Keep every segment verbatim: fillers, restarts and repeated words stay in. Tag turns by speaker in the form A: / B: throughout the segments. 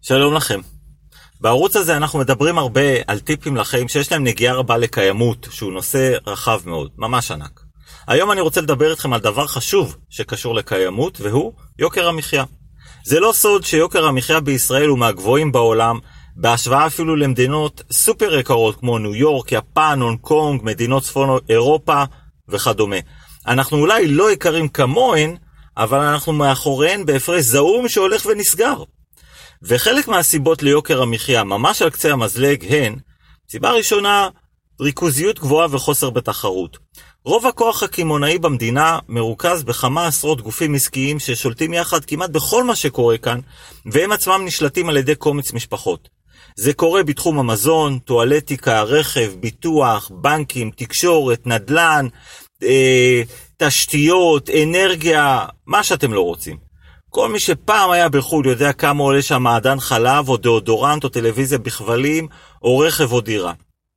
A: שלום לכם. בערוץ הזה אנחנו מדברים הרבה על טיפים לחיים שיש להם נגיעה רבה לקיימות, שהוא נושא רחב מאוד, ממש ענק. היום אני רוצה לדבר איתכם על דבר חשוב שקשור לקיימות, והוא יוקר המחיה. זה לא סוד שיוקר המחיה בישראל הוא מהגבוהים בעולם, בהשוואה אפילו למדינות סופר יקרות כמו ניו יורק, יפן, הונג קונג, מדינות צפון אירופה וכדומה. אנחנו אולי לא יקרים כמוהן, אבל אנחנו מאחוריהן בהפרש זעום שהולך ונסגר. וחלק מהסיבות ליוקר המחיה, ממש על קצה המזלג, הן, סיבה ראשונה, ריכוזיות גבוהה וחוסר בתחרות. רוב הכוח הקמעונאי במדינה מרוכז בכמה עשרות גופים עסקיים ששולטים יחד כמעט בכל מה שקורה כאן, והם עצמם נשלטים על ידי קומץ משפחות. זה קורה בתחום המזון, טואלטיקה, רכב, ביטוח, בנקים, תקשורת, נדל"ן, אה, תשתיות, אנרגיה, מה שאתם לא רוצים. כל מי שפעם היה בחו"ל יודע כמה עולה שם מעדן חלב או דאודורנט או טלוויזיה בכבלים או רכב או דירה.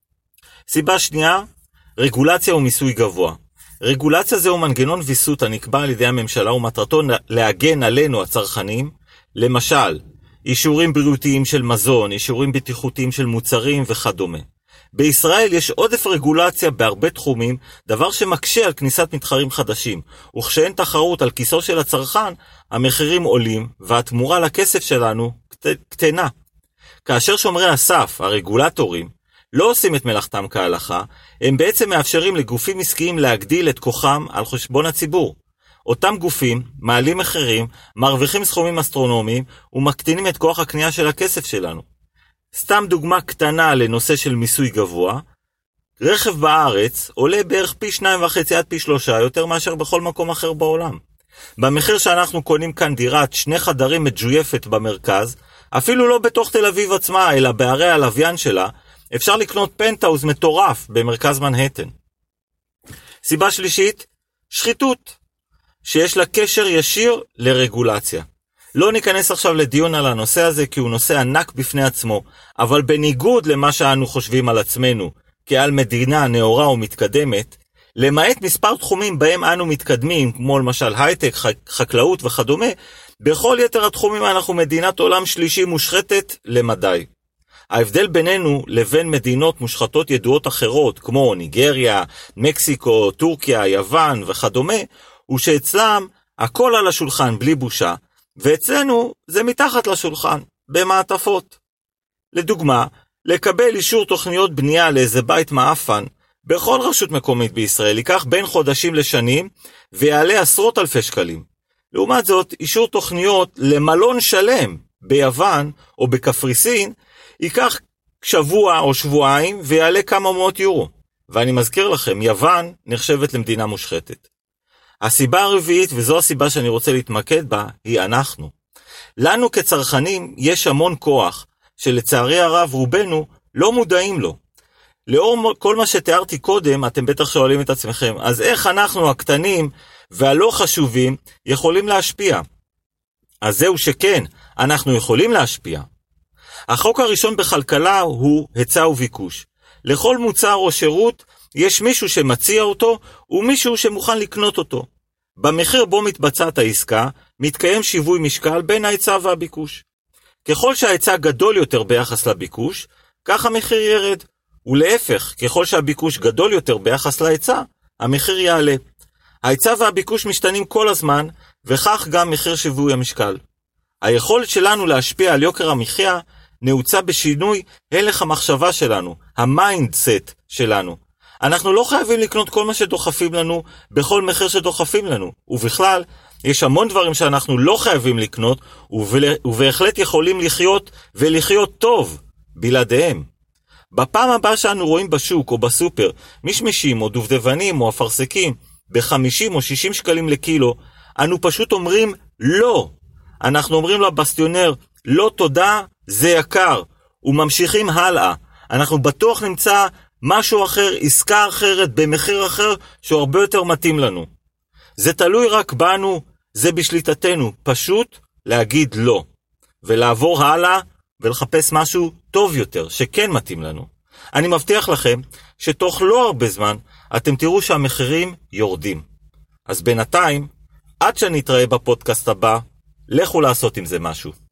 A: סיבה שנייה, רגולציה ומיסוי גבוה. רגולציה זהו מנגנון ויסות הנקבע על ידי הממשלה ומטרתו להגן עלינו הצרכנים, למשל, אישורים בריאותיים של מזון, אישורים בטיחותיים של מוצרים וכדומה. בישראל יש עודף רגולציה בהרבה תחומים, דבר שמקשה על כניסת מתחרים חדשים, וכשאין תחרות על כיסו של הצרכן, המחירים עולים והתמורה לכסף שלנו קטנה. כאשר שומרי הסף, הרגולטורים, לא עושים את מלאכתם כהלכה, הם בעצם מאפשרים לגופים עסקיים להגדיל את כוחם על חשבון הציבור. אותם גופים מעלים מחירים, מרוויחים סכומים אסטרונומיים ומקטינים את כוח הקנייה של הכסף שלנו. סתם דוגמה קטנה לנושא של מיסוי גבוה, רכב בארץ עולה בערך פי שניים וחצי עד פי שלושה יותר מאשר בכל מקום אחר בעולם. במחיר שאנחנו קונים כאן דירת שני חדרים מג'ויפת במרכז, אפילו לא בתוך תל אביב עצמה אלא בערי הלוויין שלה, אפשר לקנות פנטהאוז מטורף במרכז מנהטן. סיבה שלישית, שחיתות, שיש לה קשר ישיר לרגולציה. לא ניכנס עכשיו לדיון על הנושא הזה כי הוא נושא ענק בפני עצמו, אבל בניגוד למה שאנו חושבים על עצמנו, כעל מדינה נאורה ומתקדמת, למעט מספר תחומים בהם אנו מתקדמים, כמו למשל הייטק, חקלאות וכדומה, בכל יתר התחומים אנחנו מדינת עולם שלישי מושחתת למדי. ההבדל בינינו לבין מדינות מושחתות ידועות אחרות, כמו ניגריה, מקסיקו, טורקיה, יוון וכדומה, הוא שאצלם הכל על השולחן בלי בושה, ואצלנו זה מתחת לשולחן, במעטפות. לדוגמה, לקבל אישור תוכניות בנייה לאיזה בית מאפן, בכל רשות מקומית בישראל ייקח בין חודשים לשנים, ויעלה עשרות אלפי שקלים. לעומת זאת, אישור תוכניות למלון שלם ביוון או בקפריסין, ייקח שבוע או שבועיים ויעלה כמה מאות יורו. ואני מזכיר לכם, יוון נחשבת למדינה מושחתת. הסיבה הרביעית, וזו הסיבה שאני רוצה להתמקד בה, היא אנחנו. לנו כצרכנים יש המון כוח, שלצערי הרב רובנו לא מודעים לו. לאור כל מה שתיארתי קודם, אתם בטח שואלים את עצמכם, אז איך אנחנו הקטנים והלא חשובים יכולים להשפיע? אז זהו שכן, אנחנו יכולים להשפיע. החוק הראשון בכלכלה הוא היצע וביקוש. לכל מוצר או שירות יש מישהו שמציע אותו ומישהו שמוכן לקנות אותו. במחיר בו מתבצעת העסקה, מתקיים שיווי משקל בין ההיצע והביקוש. ככל שההיצע גדול יותר ביחס לביקוש, כך המחיר ירד. ולהפך, ככל שהביקוש גדול יותר ביחס להיצע, המחיר יעלה. ההיצע והביקוש משתנים כל הזמן, וכך גם מחיר שיווי המשקל. היכולת שלנו להשפיע על יוקר המחיה נעוצה בשינוי הלך המחשבה שלנו, המיינדסט שלנו. אנחנו לא חייבים לקנות כל מה שדוחפים לנו בכל מחיר שדוחפים לנו. ובכלל, יש המון דברים שאנחנו לא חייבים לקנות, ובהחלט יכולים לחיות ולחיות טוב בלעדיהם. בפעם הבאה שאנו רואים בשוק או בסופר משמשים או דובדבנים או אפרסקים ב-חמישים או שישים שקלים לקילו, אנו פשוט אומרים לא. אנחנו אומרים לבסטיונר, לא תודה, זה יקר, וממשיכים הלאה. אנחנו בטוח נמצא משהו אחר, עסקה אחרת, במחיר אחר, שהוא הרבה יותר מתאים לנו. זה תלוי רק בנו, זה בשליטתנו, פשוט להגיד לא, ולעבור הלאה ולחפש משהו טוב יותר, שכן מתאים לנו. אני מבטיח לכם שתוך לא הרבה זמן, אתם תראו שהמחירים יורדים. אז בינתיים, עד שנתראה בפודקאסט הבא, לכו לעשות עם זה משהו.